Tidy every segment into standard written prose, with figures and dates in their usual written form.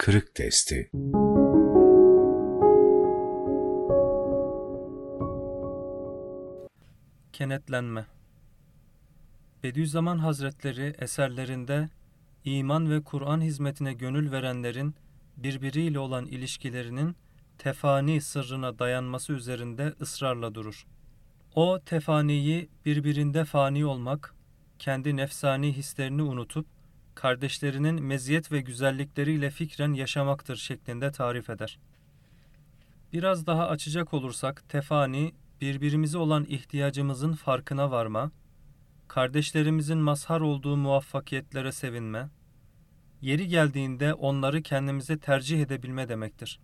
kırık testi. Kenetlenme. Bediüzzaman Hazretleri eserlerinde iman ve Kur'an hizmetine gönül verenlerin birbiriyle olan ilişkilerinin tefani sırrına dayanması üzerinde ısrarla durur. O tefaniyi birbirinde fani olmak, kendi nefsani hislerini unutup kardeşlerinin meziyet ve güzellikleriyle fikren yaşamaktır şeklinde tarif eder. Biraz daha açacak olursak tefani, birbirimize olan ihtiyacımızın farkına varma, kardeşlerimizin mazhar olduğu muvaffakiyetlere sevinme, yeri geldiğinde onları kendimize tercih edebilme demektir.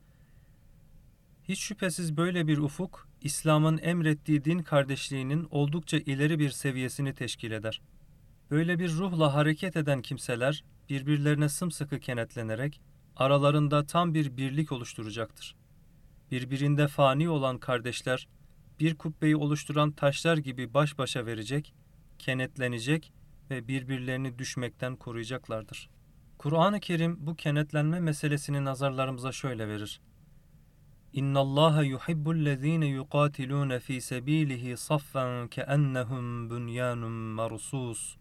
Hiç şüphesiz böyle bir ufuk, İslam'ın emrettiği din kardeşliğinin oldukça ileri bir seviyesini teşkil eder. Böyle bir ruhla hareket eden kimseler, birbirlerine sımsıkı kenetlenerek, aralarında tam bir birlik oluşturacaktır. Birbirinde fani olan kardeşler, bir kubbeyi oluşturan taşlar gibi baş başa verecek, kenetlenecek ve birbirlerini düşmekten koruyacaklardır. Kur'an-ı Kerim bu kenetlenme meselesini nazarlarımıza şöyle verir. İnna Allaha yuhibbu'llezine yuqatilun fi sabilihi saffen keennehum bunyanun marsus.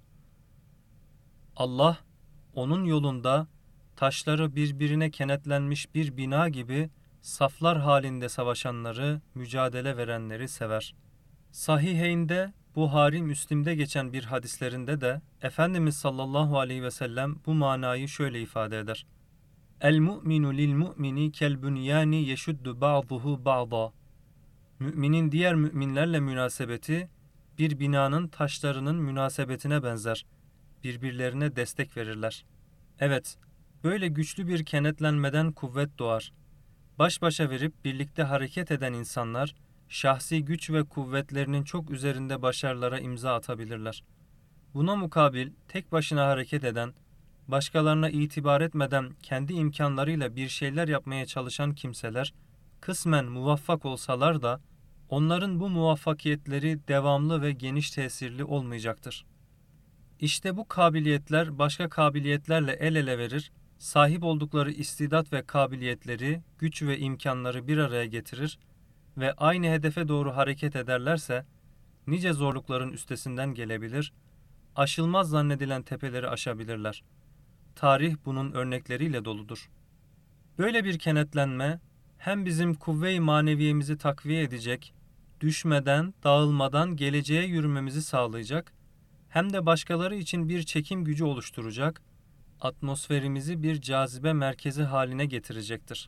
Allah, onun yolunda taşları birbirine kenetlenmiş bir bina gibi saflar halinde savaşanları, mücadele verenleri sever. Sahiheyn'de, Buhari Müslim'de geçen bir hadislerinde de Efendimiz sallallahu aleyhi ve sellem bu manayı şöyle ifade eder. El-mu'minu lil-mu'mini kel-bunyani yeşuddu ba'duhu ba'da. Müminin diğer müminlerle münasebeti, bir binanın taşlarının münasebetine benzer. Birbirlerine destek verirler. Evet, böyle güçlü bir kenetlenmeden kuvvet doğar. Baş başa verip birlikte hareket eden insanlar, şahsi güç ve kuvvetlerinin çok üzerinde başarılara imza atabilirler. Buna mukabil tek başına hareket eden, başkalarına itibar etmeden kendi imkanlarıyla bir şeyler yapmaya çalışan kimseler, kısmen muvaffak olsalar da, onların bu muvaffakiyetleri devamlı ve geniş tesirli olmayacaktır. İşte bu kabiliyetler başka kabiliyetlerle el ele verir, sahip oldukları istidat ve kabiliyetleri, güç ve imkanları bir araya getirir ve aynı hedefe doğru hareket ederlerse, nice zorlukların üstesinden gelebilir, aşılmaz zannedilen tepeleri aşabilirler. Tarih bunun örnekleriyle doludur. Böyle bir kenetlenme, hem bizim kuvve-i maneviyemizi takviye edecek, düşmeden, dağılmadan geleceğe yürümemizi sağlayacak, hem de başkaları için bir çekim gücü oluşturacak, atmosferimizi bir cazibe merkezi haline getirecektir.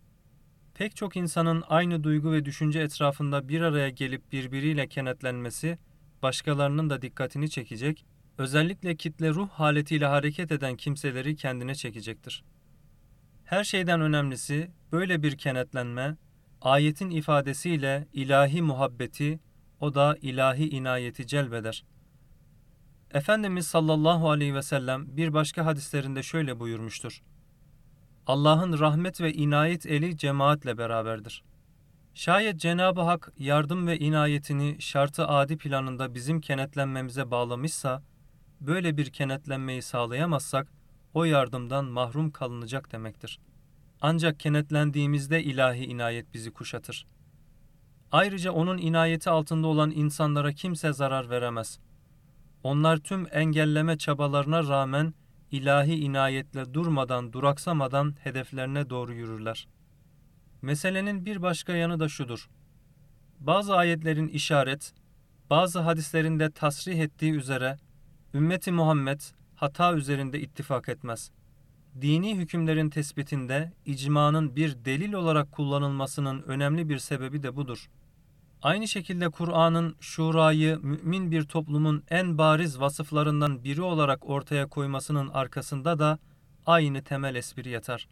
Pek çok insanın aynı duygu ve düşünce etrafında bir araya gelip birbiriyle kenetlenmesi, başkalarının da dikkatini çekecek, özellikle kitle ruh haletiyle hareket eden kimseleri kendine çekecektir. Her şeyden önemlisi, böyle bir kenetlenme, ayetin ifadesiyle ilahi muhabbeti, o da ilahi inayeti celbeder. Efendimiz sallallahu aleyhi ve sellem bir başka hadislerinde şöyle buyurmuştur. Allah'ın rahmet ve inayet eli cemaatle beraberdir. Şayet Cenab-ı Hak yardım ve inayetini şartı adi planında bizim kenetlenmemize bağlamışsa, böyle bir kenetlenmeyi sağlayamazsak, o yardımdan mahrum kalınacak demektir. Ancak kenetlendiğimizde ilahi inayet bizi kuşatır. Ayrıca onun inayeti altında olan insanlara kimse zarar veremez. Onlar tüm engelleme çabalarına rağmen ilahi inayetle durmadan, duraksamadan hedeflerine doğru yürürler. Meselenin bir başka yanı da şudur. Bazı ayetlerin işaret, bazı hadislerin de tasrih ettiği üzere ümmeti Muhammed hata üzerinde ittifak etmez. Dini hükümlerin tespitinde icmanın bir delil olarak kullanılmasının önemli bir sebebi de budur. Aynı şekilde Kur'an'ın şurayı mümin bir toplumun en bariz vasıflarından biri olarak ortaya koymasının arkasında da aynı temel espri yatar.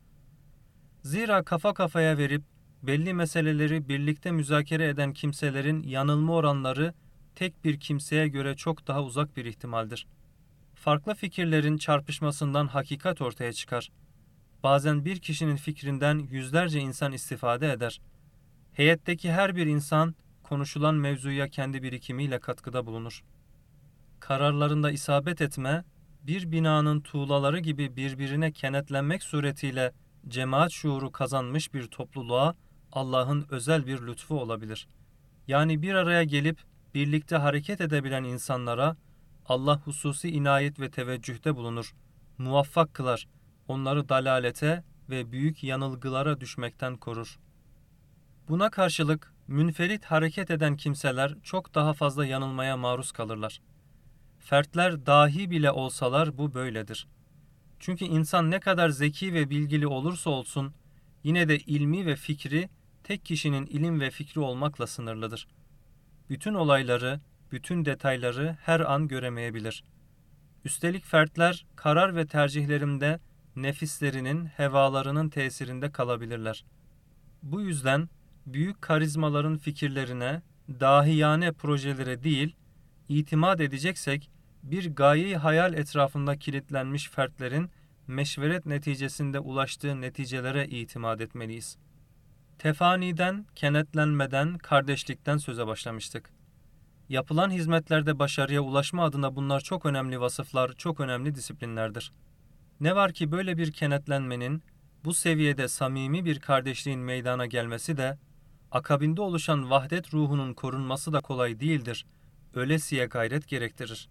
Zira kafa kafaya verip belli meseleleri birlikte müzakere eden kimselerin yanılma oranları tek bir kimseye göre çok daha uzak bir ihtimaldir. Farklı fikirlerin çarpışmasından hakikat ortaya çıkar. Bazen bir kişinin fikrinden yüzlerce insan istifade eder. Heyetteki her bir insan konuşulan mevzuya kendi birikimiyle katkıda bulunur. Kararlarında isabet etme, bir binanın tuğlaları gibi birbirine kenetlenmek suretiyle cemaat şuuru kazanmış bir topluluğa Allah'ın özel bir lütfu olabilir. Yani bir araya gelip birlikte hareket edebilen insanlara Allah hususi inayet ve teveccühte bulunur, muvaffak kılar, onları dalalete ve büyük yanılgılara düşmekten korur. Buna karşılık münferit hareket eden kimseler çok daha fazla yanılmaya maruz kalırlar. Fertler dahi bile olsalar bu böyledir. Çünkü insan ne kadar zeki ve bilgili olursa olsun, yine de ilmi ve fikri tek kişinin ilim ve fikri olmakla sınırlıdır. Bütün olayları, bütün detayları her an göremeyebilir. Üstelik fertler karar ve tercihlerinde nefislerinin, hevalarının tesirinde kalabilirler. Bu yüzden büyük karizmaların fikirlerine, dahiyane projelere değil, itimat edeceksek, bir gaye-i hayal etrafında kilitlenmiş fertlerin meşveret neticesinde ulaştığı neticelere itimat etmeliyiz. Tefaniden, kenetlenmeden, kardeşlikten söze başlamıştık. Yapılan hizmetlerde başarıya ulaşma adına bunlar çok önemli vasıflar, çok önemli disiplinlerdir. Ne var ki böyle bir kenetlenmenin, bu seviyede samimi bir kardeşliğin meydana gelmesi de, akabinde oluşan vahdet ruhunun korunması da kolay değildir. Ölesiye gayret gerektirir.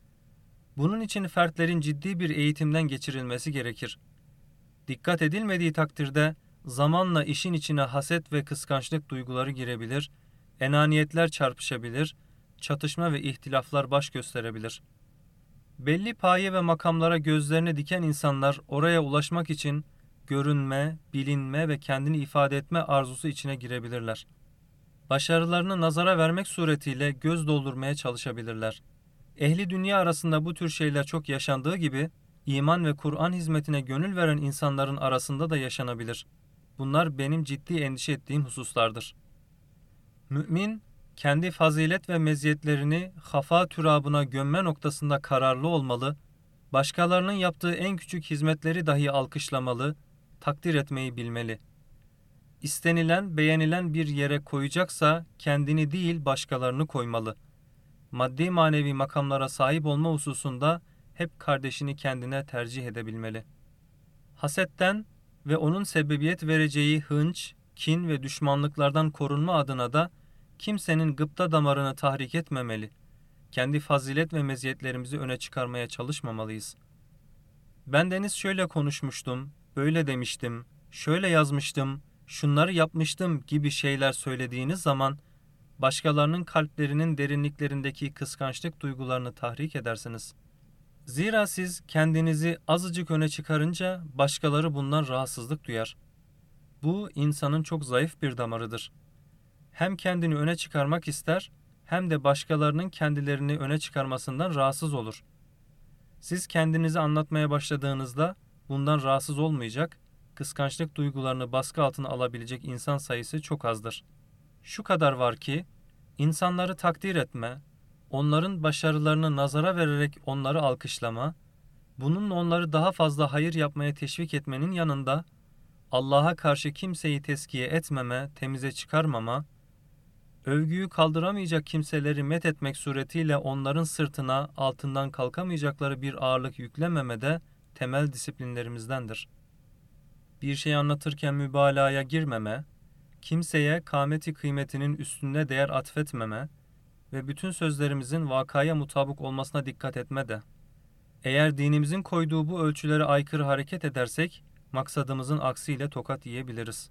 Bunun için fertlerin ciddi bir eğitimden geçirilmesi gerekir. Dikkat edilmediği takdirde zamanla işin içine haset ve kıskançlık duyguları girebilir, enaniyetler çarpışabilir, çatışma ve ihtilaflar baş gösterebilir. Belli paye ve makamlara gözlerini diken insanlar oraya ulaşmak için görünme, bilinme ve kendini ifade etme arzusu içine girebilirler. Başarılarını nazara vermek suretiyle göz doldurmaya çalışabilirler. Ehli dünya arasında bu tür şeyler çok yaşandığı gibi, iman ve Kur'an hizmetine gönül veren insanların arasında da yaşanabilir. Bunlar benim ciddi endişe ettiğim hususlardır. Mümin, kendi fazilet ve meziyetlerini hafa türabına gömme noktasında kararlı olmalı, başkalarının yaptığı en küçük hizmetleri dahi alkışlamalı, takdir etmeyi bilmeli. İstenilen, beğenilen bir yere koyacaksa kendini değil başkalarını koymalı. Maddi manevi makamlara sahip olma hususunda hep kardeşini kendine tercih edebilmeli. Hasetten ve onun sebebiyet vereceği hınç, kin ve düşmanlıklardan korunma adına da kimsenin gıpta damarını tahrik etmemeli. Kendi fazilet ve meziyetlerimizi öne çıkarmaya çalışmamalıyız. Bendeniz şöyle konuşmuştum, böyle demiştim, şöyle yazmıştım, şunları yapmıştım gibi şeyler söylediğiniz zaman başkalarının kalplerinin derinliklerindeki kıskançlık duygularını tahrik edersiniz. Zira siz kendinizi azıcık öne çıkarınca başkaları bundan rahatsızlık duyar. Bu insanın çok zayıf bir damarıdır. Hem kendini öne çıkarmak ister hem de başkalarının kendilerini öne çıkarmasından rahatsız olur. Siz kendinizi anlatmaya başladığınızda bundan rahatsız olmayacak, kıskançlık duygularını baskı altına alabilecek insan sayısı çok azdır. Şu kadar var ki, insanları takdir etme, onların başarılarını nazara vererek onları alkışlama, bununla onları daha fazla hayır yapmaya teşvik etmenin yanında, Allah'a karşı kimseyi tezkiye etmeme, temize çıkarmama, övgüyü kaldıramayacak kimseleri met etmek suretiyle onların sırtına altından kalkamayacakları bir ağırlık yüklememe de temel disiplinlerimizdendir. Bir şey anlatırken mübalağaya girmeme, kimseye kâmeti kıymetinin üstünde değer atfetmeme ve bütün sözlerimizin vakaya mutabık olmasına dikkat etme de. Eğer dinimizin koyduğu bu ölçülere aykırı hareket edersek, maksadımızın aksiyle tokat yiyebiliriz.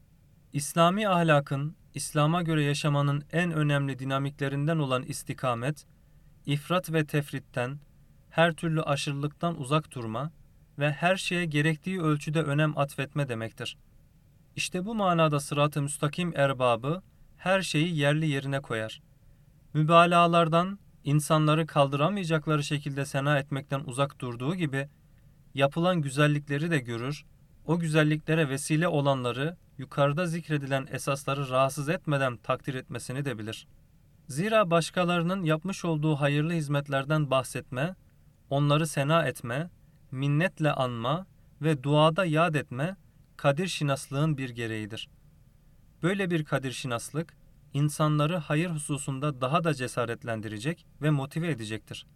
İslami ahlakın, İslam'a göre yaşamanın en önemli dinamiklerinden olan istikamet, ifrat ve tefritten, her türlü aşırılıktan uzak durma ve her şeye gerektiği ölçüde önem atfetme demektir. İşte bu manada sırat-ı müstakim erbabı her şeyi yerli yerine koyar. Mübalağalardan, insanları kaldıramayacakları şekilde sena etmekten uzak durduğu gibi, yapılan güzellikleri de görür, o güzelliklere vesile olanları, yukarıda zikredilen esasları rahatsız etmeden takdir etmesini de bilir. Zira başkalarının yapmış olduğu hayırlı hizmetlerden bahsetme, onları sena etme, minnetle anma ve duada yad etme, kadir şinaslığın bir gereğidir. Böyle bir kadir şinaslık, insanları hayır hususunda daha da cesaretlendirecek ve motive edecektir.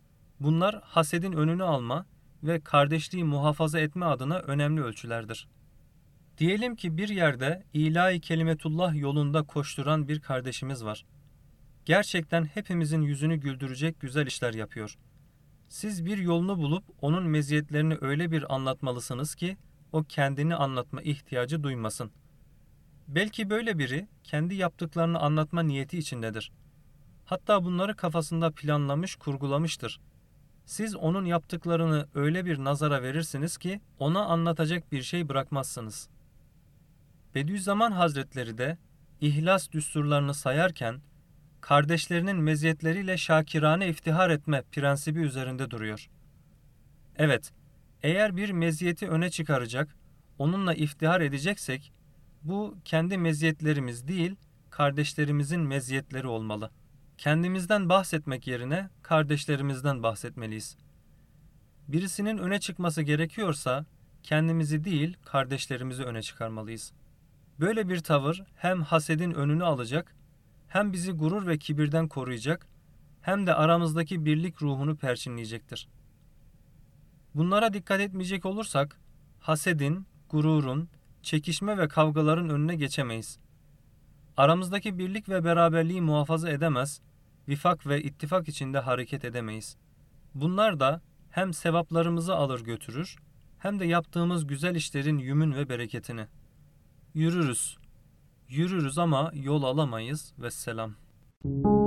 Bunlar hasedin önünü alma ve kardeşliği muhafaza etme adına önemli ölçülerdir. Diyelim ki bir yerde ilahi kelimetullah yolunda koşturan bir kardeşimiz var. Gerçekten hepimizin yüzünü güldürecek güzel işler yapıyor. Siz bir yolunu bulup onun meziyetlerini öyle bir anlatmalısınız ki o kendini anlatma ihtiyacı duymasın. Belki böyle biri kendi yaptıklarını anlatma niyeti içindedir. Hatta bunları kafasında planlamış, kurgulamıştır. Siz onun yaptıklarını öyle bir nazara verirsiniz ki ona anlatacak bir şey bırakmazsınız. Bediüzzaman Hazretleri de ihlas düsturlarını sayarken kardeşlerinin meziyetleriyle şakirane iftihar etme prensibi üzerinde duruyor. Evet, eğer bir meziyeti öne çıkaracak, onunla iftihar edeceksek, bu kendi meziyetlerimiz değil, kardeşlerimizin meziyetleri olmalı. Kendimizden bahsetmek yerine kardeşlerimizden bahsetmeliyiz. Birisinin öne çıkması gerekiyorsa, kendimizi değil, kardeşlerimizi öne çıkarmalıyız. Böyle bir tavır hem hasedin önünü alacak, hem bizi gurur ve kibirden koruyacak, hem de aramızdaki birlik ruhunu perçinleyecektir. Bunlara dikkat etmeyecek olursak, hasedin, gururun, çekişme ve kavgaların önüne geçemeyiz. Aramızdaki birlik ve beraberliği muhafaza edemez, vifak ve ittifak içinde hareket edemeyiz. Bunlar da hem sevaplarımızı alır götürür, hem de yaptığımız güzel işlerin yümün ve bereketini. Yürürüz ama yol alamayız. Vesselam.